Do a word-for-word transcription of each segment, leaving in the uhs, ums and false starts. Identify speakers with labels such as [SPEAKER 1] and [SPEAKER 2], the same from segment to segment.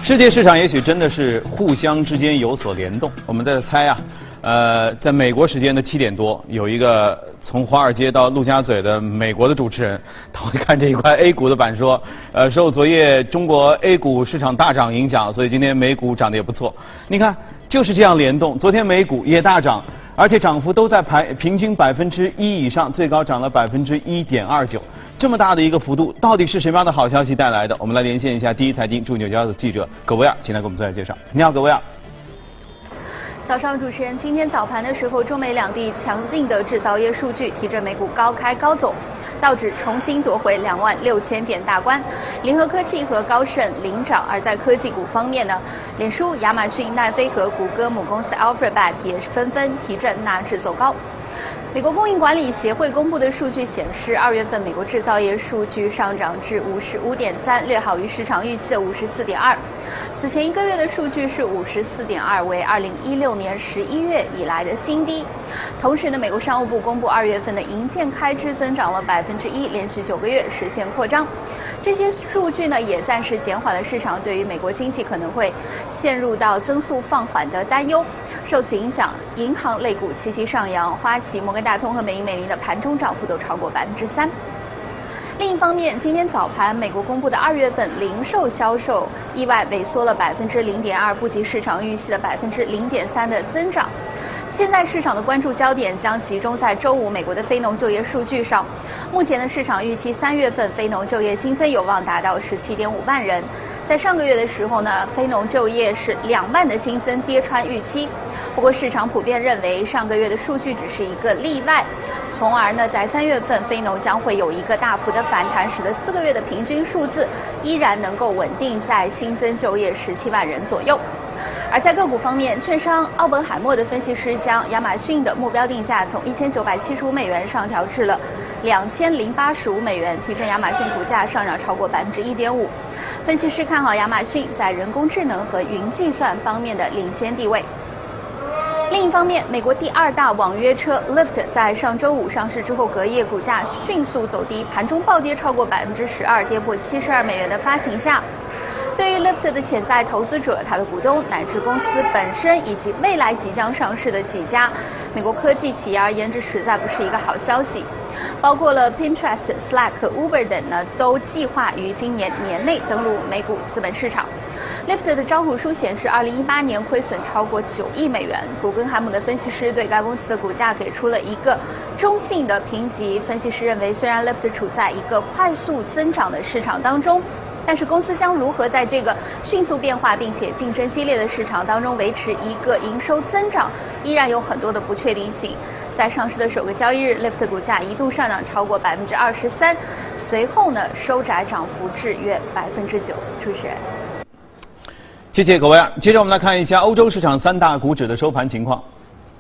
[SPEAKER 1] 世界市场也许真的是互相之间有所联动。我们在猜啊，呃，在美国时间的七点多，有一个从华尔街到陆家嘴的美国的主持人，他会看这一块 A 股的板说，呃，受昨夜中国 A 股市场大涨影响，所以今天美股涨得也不错。你看，就是这样联动，昨天美股也大涨，而且涨幅都在排平均百分之一以上，最高涨了百分之一点二九。这么大的一个幅度，到底是什么样的好消息带来的？我们来连线一下第一财经驻纽交所记者葛维尔，请来给我们做下介绍。你好，葛维尔。
[SPEAKER 2] 早上，主持人，今天早盘的时候，中美两地强劲的制造业数据提振美股高开高走，道指重新夺回两万六千点大关，联合科技和高盛领涨。而在科技股方面呢，脸书、亚马逊、奈飞和谷歌母公司 Alphabet 也纷纷提振纳指走高。美国供应管理协会公布的数据显示，二月份美国制造业数据上涨至五十五点三，略好于市场预期的五十四点二。此前一个月的数据是五十四点二，为二零一六年十一月以来的新低。同时呢，美国商务部公布二月份的营建开支增长了百分之一，连续九个月实现扩张。这些数据呢，也暂时减缓了市场对于美国经济可能会陷入到增速放缓的担忧。受此影响，银行类股齐齐上扬，花旗、摩根大通和美银美林的盘中涨幅都超过百分之三。另一方面，今天早盘美国公布的二月份零售销售意外萎缩了百分之零点二，不及市场预期的百分之零点三的增长。现在市场的关注焦点将集中在周五美国的非农就业数据上。目前的市场预期三月份非农就业新增有望达到十七点五万人。在上个月的时候呢，非农就业是两万的新增，跌穿预期。不过市场普遍认为上个月的数据只是一个例外，从而呢，在三月份非农将会有一个大幅的反弹，使得四个月的平均数字依然能够稳定在新增就业十七万人左右。而在个股方面，券商奥本海默的分析师将亚马逊的目标定价从一千九百七十五美元上调至了两千零八十五美元，提振亚马逊股价上涨超过百分之一点五。分析师看好亚马逊在人工智能和云计算方面的领先地位。另一方面，美国第二大网约车 Lyft 在上周五上市之后，隔夜股价迅速走低，盘中暴跌超过百分之十二，跌破七十二美元的发行价。对于 Lyft 的潜在投资者、他的股东乃至公司本身以及未来即将上市的几家美国科技企业而言，这实在不是一个好消息。包括了 Pinterest、Slack 和 Uber 等呢，都计划于今年年内登陆美股资本市场。Lyft 的招股书显示，二零一八年亏损超过九亿美元。古根海姆的分析师对该公司的股价给出了一个中性的评级。分析师认为，虽然 Lyft 处在一个快速增长的市场当中，但是公司将如何在这个迅速变化并且竞争激烈的市场当中维持一个营收增长，依然有很多的不确定性。在上市的首个交易日 ，Lyft 股价一度上涨超过百分之二十三，随后呢收窄涨幅至约百分之九。主持人，
[SPEAKER 1] 谢谢各位。接着我们来看一下欧洲市场三大股指的收盘情况。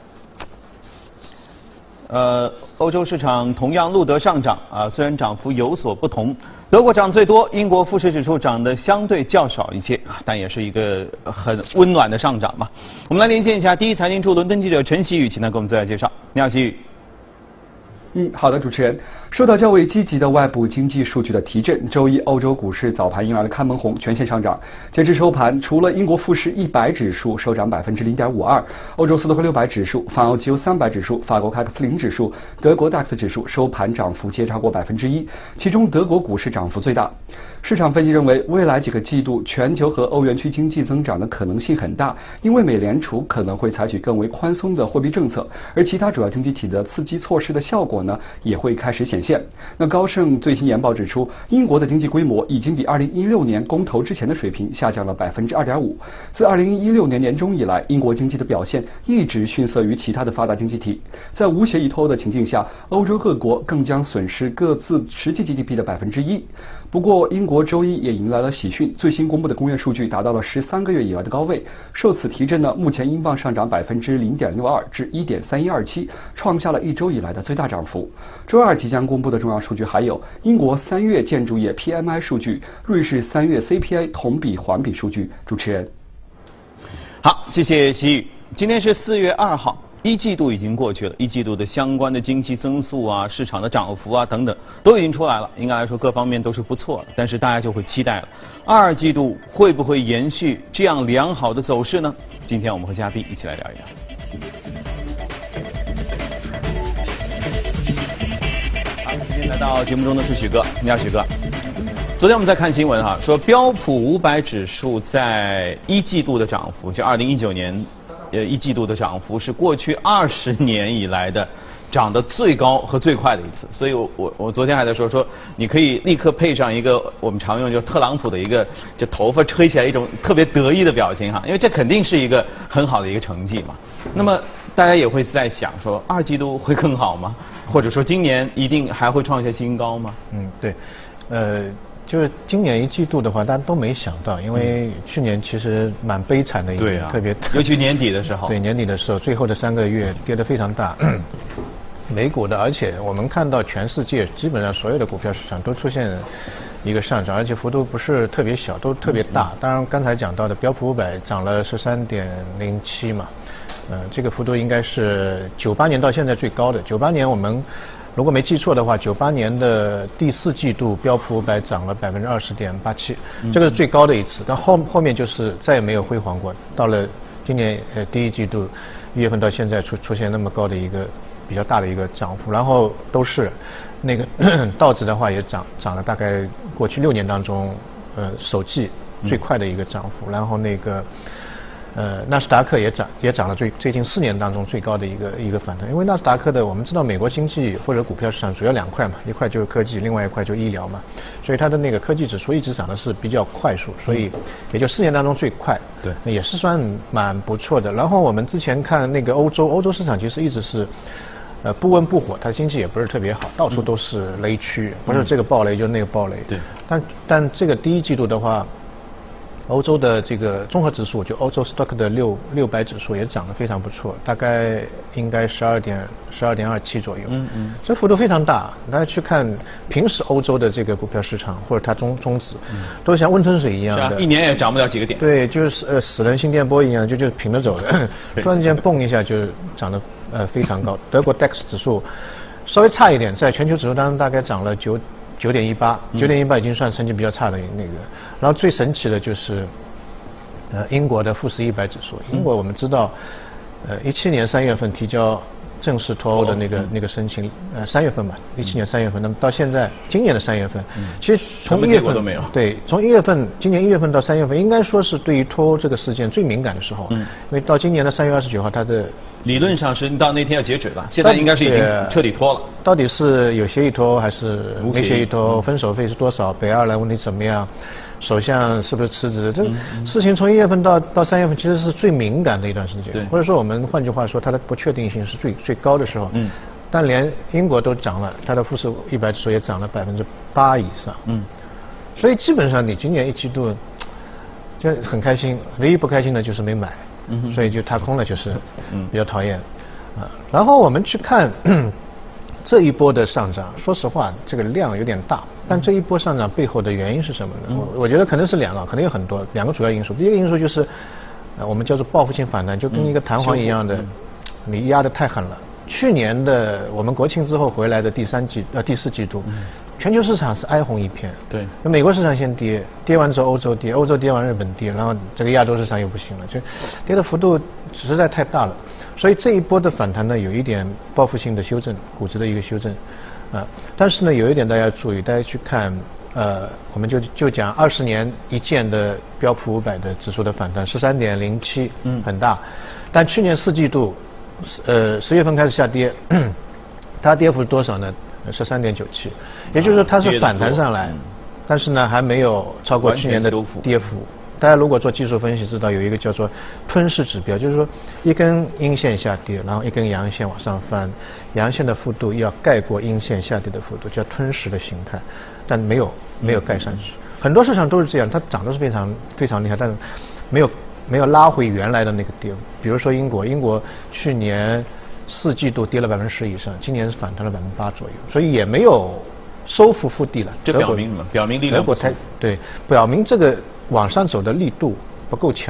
[SPEAKER 1] 呃，欧洲市场同样录得上涨啊，虽然涨幅有所不同。德国涨最多，英国富时指数涨得相对较少一些啊，但也是一个很温暖的上涨嘛。我们来连线一下第一财经驻伦敦记者陈曦宇，请他给我们做下介绍。你好，曦宇。
[SPEAKER 3] 嗯，好的，主持人。受到较为积极的外部经济数据的提振，周一欧洲股市早盘迎来了开门红，全线上涨。截至收盘，除了英国富时一百指数收涨百分之零点五二，欧洲斯托克六百指数、泛欧绩优三百指数、法国凯克斯林指数、德国 D A X 指数收盘涨幅皆超过百分之一，其中德国股市涨幅最大。市场分析认为，未来几个季度全球和欧元区经济增长的可能性很大，因为美联储可能会采取更为宽松的货币政策，而其他主要经济体的刺激措施的效果呢也会开始显现。那高盛最新研报指出，英国的经济规模已经比二零一六年公投之前的水平下降了百分之二点五。自二零一六年年中以来，英国经济的表现一直逊色于其他的发达经济体。在无协议脱欧的情境下，欧洲各国更将损失各自实际 G D P 的百分之一。不过，英国周一也迎来了喜讯，最新公布的工业数据达到了十三个月以来的高位。受此提振呢，目前英镑上涨百分之零点六二至一点三一二七，创下了一周以来的最大涨幅。周二即将公布的重要数据还有英国三月建筑业 P M I 数据、瑞士三月 C P I 同比环比数据。主持人，
[SPEAKER 1] 好，谢谢曦宇。今天是四月二号。 一季度已经过去了，一季度的相关的经济增速啊、市场的涨幅啊等等都已经出来了，应该来说各方面都是不错的。但是大家就会期待了，二季度会不会延续这样良好的走势呢？今天我们和嘉宾一起来聊一聊。好，今天来到节目中的是许哥，你好，许哥。昨天我们在看新闻哈，说标普五百指数在一季度的涨幅，就二零一九年。呃，一季度的涨幅是过去二十年以来的涨得最高和最快的一次，所以我我我昨天还在说说，你可以立刻配上一个我们常用就特朗普的一个就头发吹起来一种特别得意的表情哈，因为这肯定是一个很好的一个成绩嘛。那么大家也会在想说，二季度会更好吗？或者说今年一定还会创下新高吗？
[SPEAKER 4] 嗯，对，呃。就是今年一季度的话，大家都没想到，因为去年其实蛮悲惨的一年，
[SPEAKER 1] 对啊，
[SPEAKER 4] 特别
[SPEAKER 1] 尤其年底的时候，
[SPEAKER 4] 对年底的时候，最后的三个月跌得非常大，美股的，而且我们看到全世界基本上所有的股票市场都出现一个上涨，而且幅度不是特别小，都特别大。当然刚才讲到的标普五百涨了十三点零七嘛，呃，这个幅度应该是九八年到现在最高的。九八年我们如果没记错的话，九八年的第四季度标普五百涨了百分之二十点八七，这个是最高的一次。但后后面就是再也没有辉煌过。到了今年呃第一季度一月份到现在出出现那么高的一个比较大的一个涨幅，然后都是那个道指的话也涨涨了大概过去六年当中呃首季最快的一个涨幅，然后那个。呃，纳斯达克也涨，也涨了最最近四年当中最高的一个一个反弹。因为纳斯达克的，我们知道美国经济或者股票市场主要两块嘛，一块就是科技，另外一块就是医疗嘛，所以它的那个科技指数一直涨的是比较快速，所以也就四年当中最快，
[SPEAKER 1] 对，
[SPEAKER 4] 也是算蛮不错的。然后我们之前看那个欧洲，欧洲市场其实一直是。呃，不温不火，它经济也不是特别好，到处都是雷区，不是这个暴雷就是那个暴雷。
[SPEAKER 1] 对。
[SPEAKER 4] 但但这个第一季度的话。欧洲的这个综合指数，就欧洲 stock 的六六百指数也涨得非常不错，大概应该十二点十二点二七左右。嗯嗯，这幅度非常大。大家去看平时欧洲的这个股票市场或者它中中指，嗯、都像温吞水一样的，
[SPEAKER 1] 是啊，一年也涨不了几个点。
[SPEAKER 4] 对，就是呃死人心电波一样，就就平着走的，突然间蹦一下就涨得呃非常高。德国 D A X 指数稍微差一点，在全球指数当中大概涨了九。九点一八，九点一八已经算成绩比较差的那个。然后最神奇的就是，呃，英国的富时一百指数。英国我们知道，呃，一七年三月份提交正式脱欧的那个、哦嗯、那个申请，呃，三月份吧，一七年三月份。那么到现在，今年的三月份，嗯、其实从一月份
[SPEAKER 1] 都没有。
[SPEAKER 4] 对，从一月份，今年一月份到三月份，应该说是对于脱欧这个事件最敏感的时候。嗯。因为到今年的三月二十九号，它的
[SPEAKER 1] 理论上是到那天要截止了，现在应该是已经彻底脱了。
[SPEAKER 4] 到底是有协议脱欧还是没协议脱欧？分手费是多少？北爱尔兰问题怎么样？首相是不是辞职？这事情从一月份到到三月份，其实是最敏感的一段时间。或者说我们换句话说，它的不确定性是最最高的时候。嗯。但连英国都涨了，它的富时一百指数也涨了百分之八以上。嗯。所以基本上你今年一季度就很开心，唯一不开心的就是没买。嗯。所以就踏空了，就是比较讨厌。啊，然后我们去看这一波的上涨，说实话，这个量有点大。但这一波上涨背后的原因是什么呢？嗯、我我觉得可能是两个，可能有很多两个主要因素。第一个因素就是，呃，我们叫做报复性反弹，就跟一个弹簧一样的，嗯、你压得太狠了。去年的我们国庆之后回来的第三季呃第四季度，嗯、全球市场是哀鸿一片。
[SPEAKER 1] 对。
[SPEAKER 4] 美国市场先跌，跌完之后欧洲跌，欧洲跌完日本跌，然后这个亚洲市场又不行了，就跌的幅度实在太大了。所以这一波的反弹呢，有一点报复性的修正，股指的一个修正，啊，但是呢，有一点大家要注意，大家去看，呃，我们就就讲二十年一见的标普五百的指数的反弹，十三点零七，嗯，很大，但去年四季度，呃，十月份开始下跌，它跌幅是多少呢？十三点九七，也就是说它是反弹上来，嗯、但是呢还没有超过去年的跌幅。大家如果做技术分析，知道有一个叫做吞噬指标，就是说一根阴线下跌，然后一根阳线往上翻，阳线的幅度要盖过阴线下跌的幅度，叫吞噬的形态，但没有没有盖上去。很多市场都是这样，它涨得是非常非常厉害，但是没有没有拉回原来的那个跌幅。比如说英国，英国去年四季度跌了百分之十以上，今年是反弹了百分之八左右，所以也没有收复复地了。
[SPEAKER 1] 这表明什么？表明力量不足。
[SPEAKER 4] 对，表明这个往上走的力度不够强，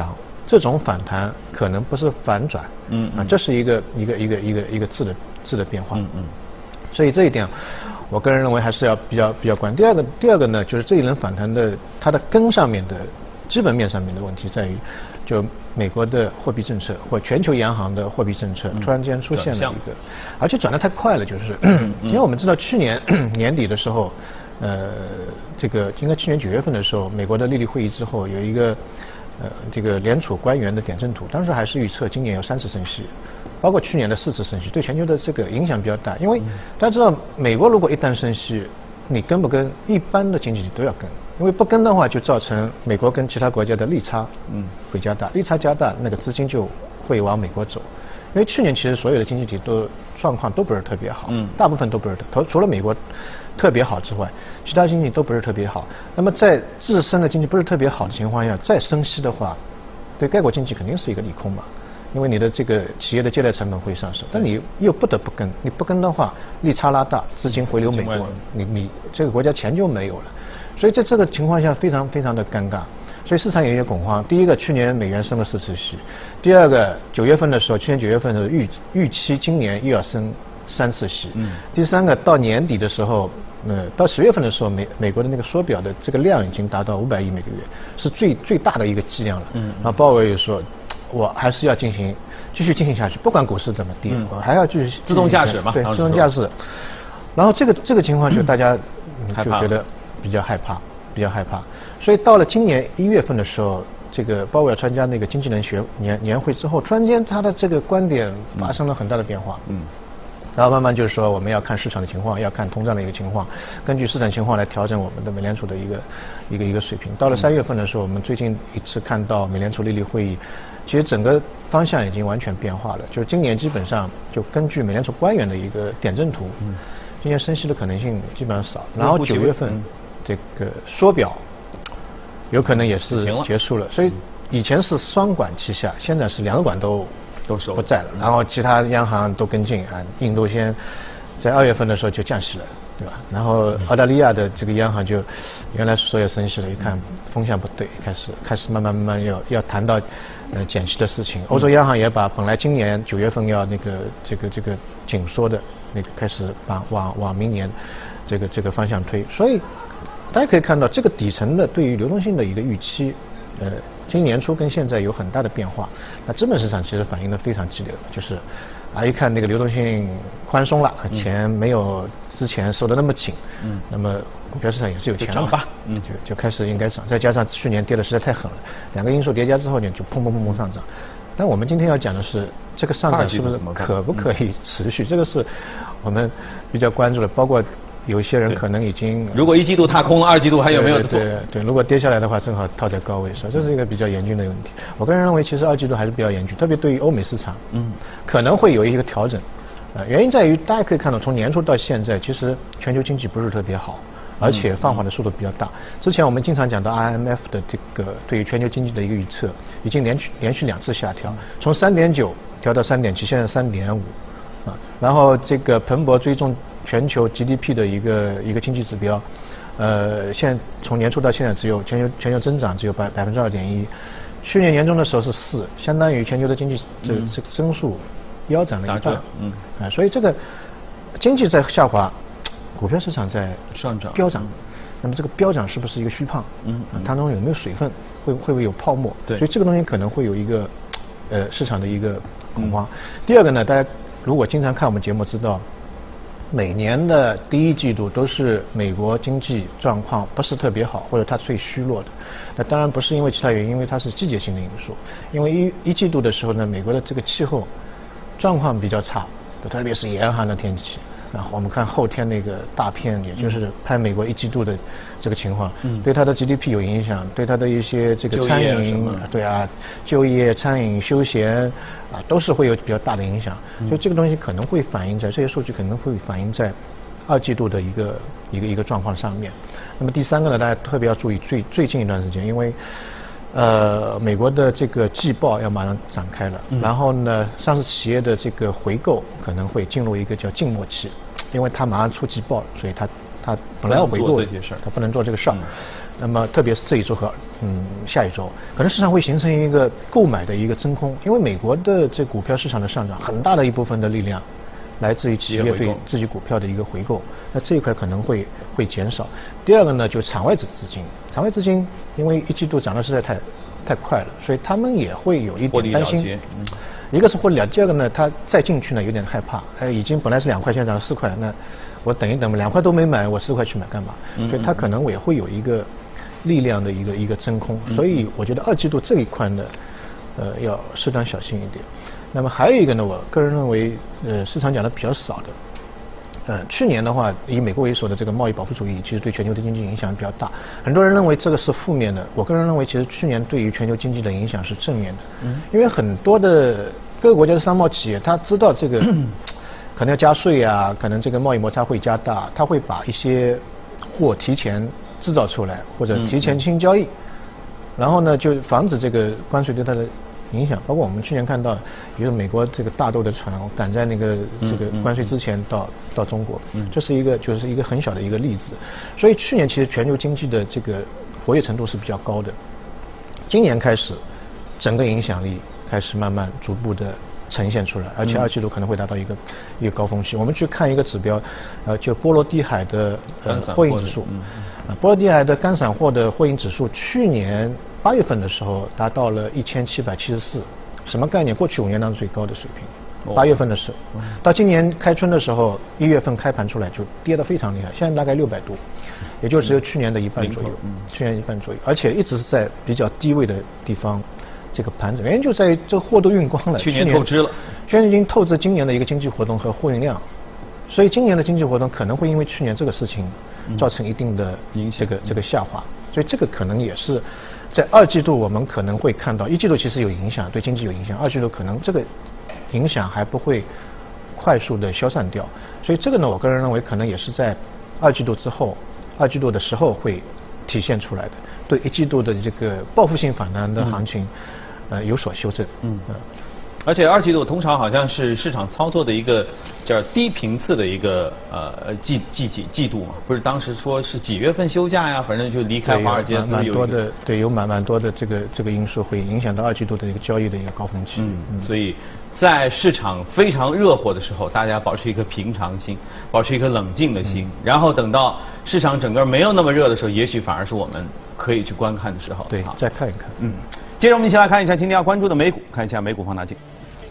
[SPEAKER 4] 这种反弹可能不是反转，
[SPEAKER 1] 嗯
[SPEAKER 4] 啊，这是一个一个一个一个一个质的质的变化，
[SPEAKER 1] 嗯嗯，
[SPEAKER 4] 所以这一点，我个人认为还是要比较比较关。第二个第二个呢，就是这一轮反弹的它的根上面的基本面上面的问题在于，就美国的货币政策或全球央行的货币政策突然间出现了一个，而且转得太快了，就是因为我们知道去年年底的时候。呃，这个应该去年九月份的时候，美国的利率会议之后有一个呃这个联储官员的点阵图，当时还是预测今年有三次升息，包括去年的四次升息，对全球的这个影响比较大。因为大家知道，美国如果一旦升息，你跟不跟？一般的经济体都要跟，因为不跟的话，就造成美国跟其他国家的利差嗯会加大，利差加大，那个资金就会往美国走。因为去年其实所有的经济体都状况都不是特别好，嗯，大部分都不是特，除了美国特别好之外，其他经济都不是特别好。那么在自身的经济不是特别好的情况下，再升息的话，对该国经济肯定是一个利空嘛，因为你的这个企业的借贷成本会上升，但你又不得不跟，你不跟的话，利差拉大，资金回流美国，你你这个国家钱就没有了，所以在这个情况下非常非常的尴尬。所以市场有一些恐慌。第一个，去年美元升了四次息；第二个，九月份的时候，去年九月份的时候预预期今年又要升三次息。嗯。第三个，到年底的时候，呃，到十月份的时候，美美国的那个缩表的这个量已经达到五百亿每个月，是最最大的一个剂量了。嗯。然后鲍威尔说，我还是要进行继续进行下去，不管股市怎么跌，嗯、我还要继续
[SPEAKER 1] 自动驾驶嘛，
[SPEAKER 4] 对，自动驾驶。然后这个这个情况就大家就觉得比较害怕。比较害怕，所以到了今年一月份的时候，这个鲍威尔参加那个经纪人学年年会之后，突然间他的这个观点发生了很大的变化。嗯。然后慢慢就是说，我们要看市场的情况，要看通胀的一个情况，根据市场情况来调整我们的美联储的一个一个一个水平。到了三月份的时候，我们最近一次看到美联储利率会议，其实整个方向已经完全变化了。就是今年基本上就根据美联储官员的一个点阵图，嗯，今年升息的可能性基本上少。然后九月份。这个缩表有可能也是结束了，所以以前是双管齐下，现在是两个管都都是不在了，然后其他央行都跟进啊，印度先在二月份的时候就降息了，对吧？然后澳大利亚的这个央行就原来说要升息了，一看风向不对，开始开始慢慢慢慢要要谈到呃减息的事情。欧洲央行也把本来今年九月份要那个这个这个紧缩的那个开始把往往明年这个这个方向推，所以。大家可以看到，这个底层的对于流动性的一个预期，呃，今年初跟现在有很大的变化。那资本市场其实反应的非常激烈了，就是啊，一看那个流动性宽松了，钱没有之前收的那么紧，嗯，那么股票市场也是有钱了嘛，嗯，就就开始应该涨。再加上去年跌的实在太狠了，两个因素叠加之后呢，就砰砰砰砰上涨。但我们今天要讲的是，这个上涨是不是可不可以持续？这个是我们比较关注的，包括。有一些人可能已经，
[SPEAKER 1] 如果一季度踏空，二季度还有没有做？
[SPEAKER 4] 对 对, 对，如果跌下来的话，正好套在高位上，这是一个比较严峻的问题。我个人认为，其实二季度还是比较严峻，特别对于欧美市场，嗯，可能会有一个调整。呃，原因在于大家可以看到，从年初到现在，其实全球经济不是特别好，而且放缓的速度比较大。之前我们经常讲到 I M F 的这个对于全球经济的一个预测，已经连续连续两次下调，从三点九调到三点七，现在三点五，啊，然后这个彭博追踪。全球 G D P 的一个一个经济指标，呃，现在从年初到现在只有全球全球增长只有百百分之二点一，去年年中的时候是四，相当于全球的经济这这个增速腰斩了一半，嗯，啊，所以这个经济在下滑，股票市场在
[SPEAKER 1] 上涨
[SPEAKER 4] 飙涨，那么这个飙涨是不是一个虚胖？嗯，啊，当中有没有水分？会会不会有泡沫？
[SPEAKER 1] 对，
[SPEAKER 4] 所以这个东西可能会有一个呃市场的一个恐慌。第二个呢，大家如果经常看我们节目知道。每年的第一季度都是美国经济状况不是特别好，或者它最虚弱的。那当然不是因为其他原因，因为它是季节性的因素。因为一一季度的时候呢，美国的这个气候状况比较差，特别是严寒的天气。然后我们看后天那个大片，也就是拍美国一季度的这个情况，嗯，对它的 G D P 有影响，对它的一些这个餐饮，对啊，就业、餐饮、休闲啊，都是会有比较大的影响。嗯、所以这个东西可能会反映在这些数据可能会反映在二季度的一个一个一个状况上面。那么第三个呢，大家特别要注意最最近一段时间，因为。呃，美国的这个季报要马上展开了，嗯、然后呢，上市企业的这个回购可能会进入一个叫静默期，因为它马上出季报了，所以它它本来要回购
[SPEAKER 1] 这些事儿，
[SPEAKER 4] 它不能做这个事儿。嗯、那么特别是这一周和嗯下一周，可能市场会形成一个购买的一个真空，因为美国的这股票市场的上涨，很大的一部分的力量来自于企业对自己股票的一个回购，那这一块可能会会减少。第二个呢，就场外资资金，场外资金因为一季度涨得实在太太快了，所以他们也会有一点担心。嗯、一个是获利了，第二个呢，他再进去呢有点害怕，哎，已经本来是两块，现在涨了四块，那我等一等吧，两块都没买，我四块去买干嘛？所以他可能也会有一个力量的一个一个真空，所以我觉得二季度这一块呢，呃，要适当小心一点。那么还有一个呢，我个人认为，呃，市场讲的比较少的，呃，去年的话，以美国为首的这个贸易保护主义，其实对全球的经济影响比较大。很多人认为这个是负面的，我个人认为，其实去年对于全球经济的影响是正面的。嗯。因为很多的各个国家的商贸企业，他知道这个可能要加税啊，可能这个贸易摩擦会加大，他会把一些货提前制造出来，或者提前进行交易，然后呢，就防止这个关税对它的影响。包括我们去年看到，比如美国这个大豆的船赶在那个这个关税之前到到中国，这是一个就是一个很小的一个例子。所以去年其实全球经济的这个活跃程度是比较高的。今年开始，整个影响力开始慢慢逐步的呈现出来，而且二季度可能会达到一个一个高峰期。我们去看一个指标，呃，就波罗的海的呃货运指数，啊，波罗的海的干散货的货运指数，去年八月份的时候达到了一千七百七十四，什么概念？过去五年当中最高的水平。八月份的时候，到今年开春的时候，一月份开盘出来就跌得非常厉害，现在大概六百多，也就只有去年的一半左右，去年一半左右，而且一直是在比较低位的地方。这个盘整原因就在于这个货都运光了，
[SPEAKER 1] 去年透支了，
[SPEAKER 4] 去年已经透支今年的一个经济活动和货运量，所以今年的经济活动可能会因为去年这个事情造成一定的这个、嗯、这个下滑，所以这个可能也是在二季度我们可能会看到，一季度其实有影响，对经济有影响，二季度可能这个影响还不会快速的消散掉，所以这个呢，我个人认为可能也是在二季度之后，二季度的时候会体现出来的，对一季度的这个报复性反弹的行情。嗯呃，有所修正。嗯嗯，
[SPEAKER 1] 而且二季度通常好像是市场操作的一个叫低频次的一个呃季季季季度嘛，不是当时说是几月份休假呀，反正就离开华尔街，
[SPEAKER 4] 蛮多的，对，有蛮蛮多的这个这个因素会影响到二季度的一个交易的一个高峰期。
[SPEAKER 1] 嗯，嗯所以在市场非常热火的时候，大家保持一颗平常心，保持一颗冷静的心，嗯、然后等到市场整个没有那么热的时候，也许反而是我们可以去观看的时候。
[SPEAKER 4] 对，再看一看。
[SPEAKER 1] 嗯。接着我们一起来看一下今天要关注的美股，看一下美股放大镜。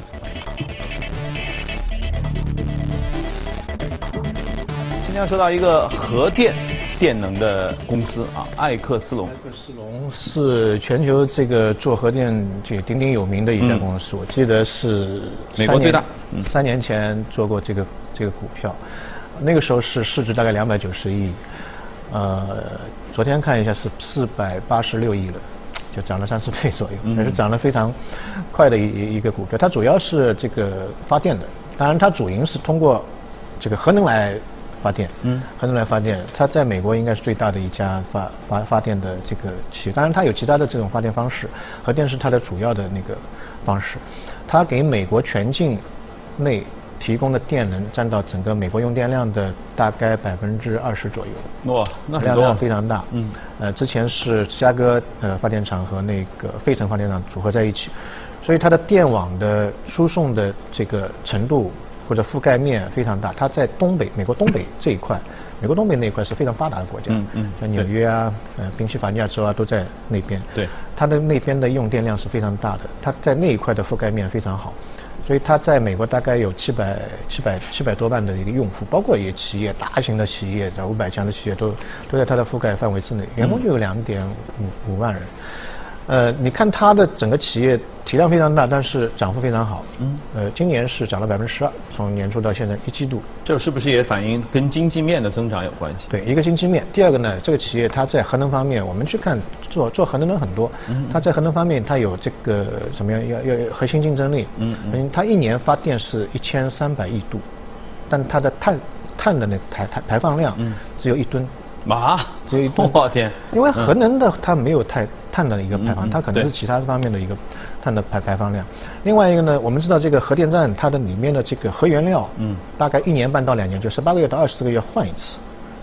[SPEAKER 1] 今天要说到一个核电电能的公司啊，艾克斯隆。
[SPEAKER 4] 艾克斯隆是全球这个做核电就鼎鼎有名的一家公司，嗯、我记得是
[SPEAKER 1] 美国最大。
[SPEAKER 4] 嗯，三年前做过这个这个股票，那个时候是市值大概两百九十亿，呃，昨天看一下是四百八十六亿了。就涨了三四倍左右，也是涨得非常快的一一个股票。它主要是这个发电的，当然它主营是通过这个核能来发电。嗯，核能来发电，它在美国应该是最大的一家发发发电的这个企业。当然它有其他的这种发电方式，核电是它的主要的那个方式。它给美国全境内提供的电能占到整个美国用电量的大概百分之二十左右。
[SPEAKER 1] 哇，那很多，
[SPEAKER 4] 量量非常大。嗯，呃，之前是芝加哥呃发电厂和那个费城发电厂组合在一起，所以它的电网的输送的这个程度或者覆盖面非常大。它在东北，美国东北这一块，美国东北那一块是非常发达的国家。嗯嗯，像纽约啊、呃宾夕法尼亚州啊都在那边。
[SPEAKER 1] 对，
[SPEAKER 4] 它的那边的用电量是非常大的，它在那一块的覆盖面非常好。所以它在美国大概有七百七百七百多万的一个用户，包括一些企业、大型的企业、五百强的企业都都在它的覆盖范围之内，员工就有两点五五万人。呃，你看它的整个企业体量非常大，但是涨幅非常好。嗯。呃，今年是涨了百分之十二，从年初到现在一季度。
[SPEAKER 1] 这是不是也反映跟经济面的增长有关系？
[SPEAKER 4] 对，一个经济面，第二个呢，这个企业它在核能方面，我们去看做做核能的很多，嗯、它在核能方面它有这个什么样要要核心竞争力。嗯嗯。它一年发电是一千三百亿度，但它的碳碳的那个排排排放量只有一吨。
[SPEAKER 1] 啊，
[SPEAKER 4] 只有一吨。
[SPEAKER 1] 我天！
[SPEAKER 4] 因为核能的它没有太碳的一个排放，嗯、它可能是其他方面的一个碳的排排放量。另外一个呢，我们知道这个核电站它的里面的这个核原料，嗯，大概一年半到两年，就十八个月到二十个月换一次，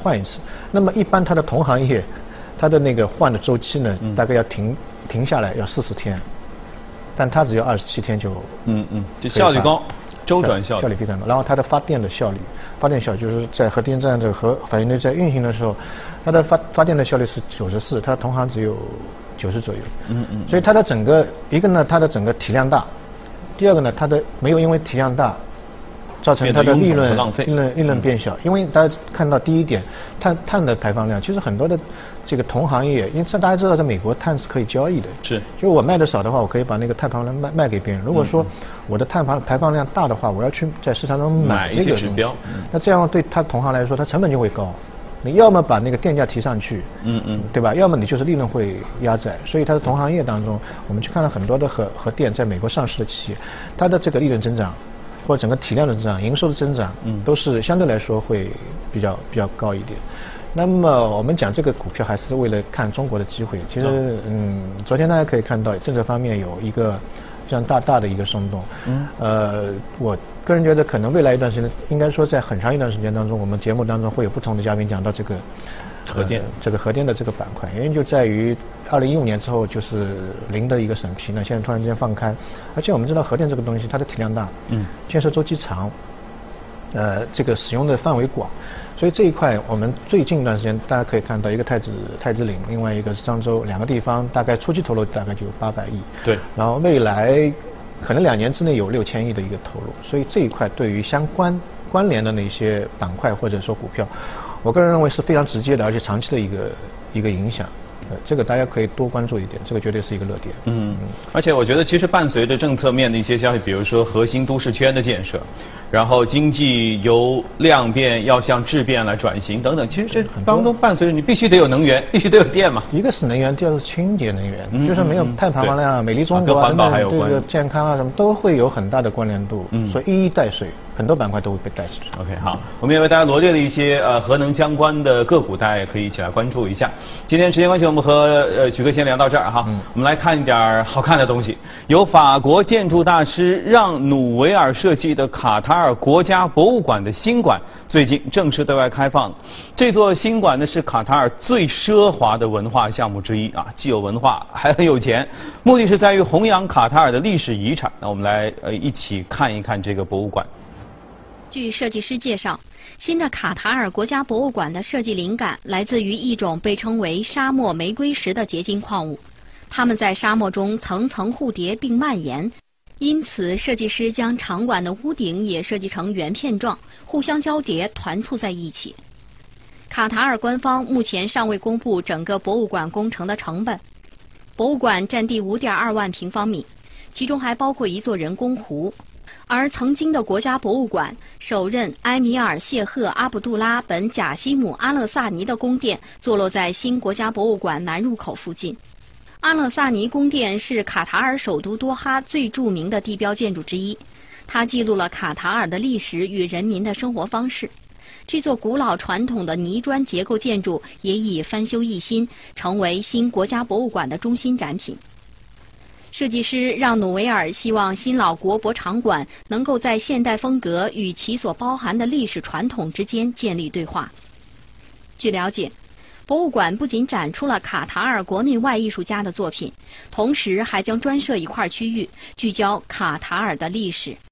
[SPEAKER 4] 换一次。那么一般它的同行业，它的那个换的周期呢，
[SPEAKER 1] 嗯、
[SPEAKER 4] 大概要停停下来要四十天，但它只要二十七天就
[SPEAKER 1] 嗯嗯，就效率高，周转效率
[SPEAKER 4] 效率非常高。然后它的发电的效率，发电效率就是在核电站这个核反应堆在运行的时候，它的发发电的效率是九十四，它同行只有九十左右。
[SPEAKER 1] 嗯嗯。
[SPEAKER 4] 所以它的整个一个呢，它的整个体量大，第二个呢，它的没有因为体量大。造成它的利润利润利润变小，因为大家看到第一点，碳碳的排放量，其实很多的这个同行业，因为这大家知道，在美国碳是可以交易的，
[SPEAKER 1] 是，
[SPEAKER 4] 就我卖的少的话，我可以把那个碳排放量卖卖给别人。如果说我的碳排排放量大的话，我要去在市场中买这个
[SPEAKER 1] 指标，
[SPEAKER 4] 那这样对他同行来说，它成本就会高。你要么把那个电价提上去，
[SPEAKER 1] 嗯嗯，
[SPEAKER 4] 对吧？要么你就是利润会压窄。所以它的同行业当中，我们去看了很多的核核电在美国上市的企业，它的这个利润增长。或者整个体量的增长、营收的增长，嗯，都是相对来说会比较比较高一点。那么我们讲这个股票还是为了看中国的机会。其实，嗯，昨天大家可以看到政策方面有一个非常大大的一个松动。嗯，呃，我个人觉得可能未来一段时间，应该说在很长一段时间当中，我们节目当中会有不同的嘉宾讲到这个。
[SPEAKER 1] 核电、呃、
[SPEAKER 4] 这个核电的这个板块，原因就在于二零一五年之后就是零的一个审批呢，现在突然间放开，而且我们知道核电这个东西它的体量大，嗯，建设周期长，呃，这个使用的范围广，所以这一块我们最近一段时间大家可以看到，一个太子太子岭，另外一个是漳州，两个地方大概初期投入大概就有八百亿，
[SPEAKER 1] 对，
[SPEAKER 4] 然后未来可能两年之内有六千亿的一个投入，所以这一块对于相关关联的那些板块或者说股票。我个人认为是非常直接的，而且长期的一个一个影响。呃，这个大家可以多关注一点，这个绝对是一个热点。
[SPEAKER 1] 嗯，而且我觉得其实伴随着政策面的一些消息，比如说核心都市圈的建设，然后经济由量变要向质变来转型等等，其实这当中伴随着你必须得有能源，必须得有电嘛。
[SPEAKER 4] 一个是能源，第二个是清洁能源，
[SPEAKER 1] 嗯、
[SPEAKER 4] 就是没有碳排放量、美丽中国啊
[SPEAKER 1] 等等，对
[SPEAKER 4] 这个健康啊什么都会有很大的关联度。嗯，所以一一带水。很多板块都会被带起来。
[SPEAKER 1] OK， 好，我们也为大家罗列了一些呃核能相关的个股，大家也可以一起来关注一下。今天时间关系，我们和呃许哥先聊到这儿哈。嗯，我们来看一点好看的东西。由法国建筑大师让努维尔设计的卡塔尔国家博物馆的新馆最近正式对外开放了。这座新馆呢是卡塔尔最奢华的文化项目之一啊，既有文化还很有钱。目的是在于弘扬卡塔尔的历史遗产。那我们来呃一起看一看这个博物馆。
[SPEAKER 2] 据设计师介绍，新的卡塔尔国家博物馆的设计灵感来自于一种被称为沙漠玫瑰石的结晶矿物，它们在沙漠中层层互叠并蔓延，因此设计师将场馆的屋顶也设计成圆片状，互相交叠团簇在一起。卡塔尔官方目前尚未公布整个博物馆工程的成本。博物馆占地 五点二万平方米，其中还包括一座人工湖。而曾经的国家博物馆首任埃米尔谢赫阿卜杜拉本贾西姆阿勒萨尼的宫殿坐落在新国家博物馆南入口附近。阿勒萨尼宫殿是卡塔尔首都多哈最著名的地标建筑之一，它记录了卡塔尔的历史与人民的生活方式。这座古老传统的泥砖结构建筑也已翻修一新，成为新国家博物馆的中心展品。设计师让努维尔希望新老国博场馆能够在现代风格与其所包含的历史传统之间建立对话。据了解，博物馆不仅展出了卡塔尔国内外艺术家的作品，同时还将专设一块区域，聚焦卡塔尔的历史。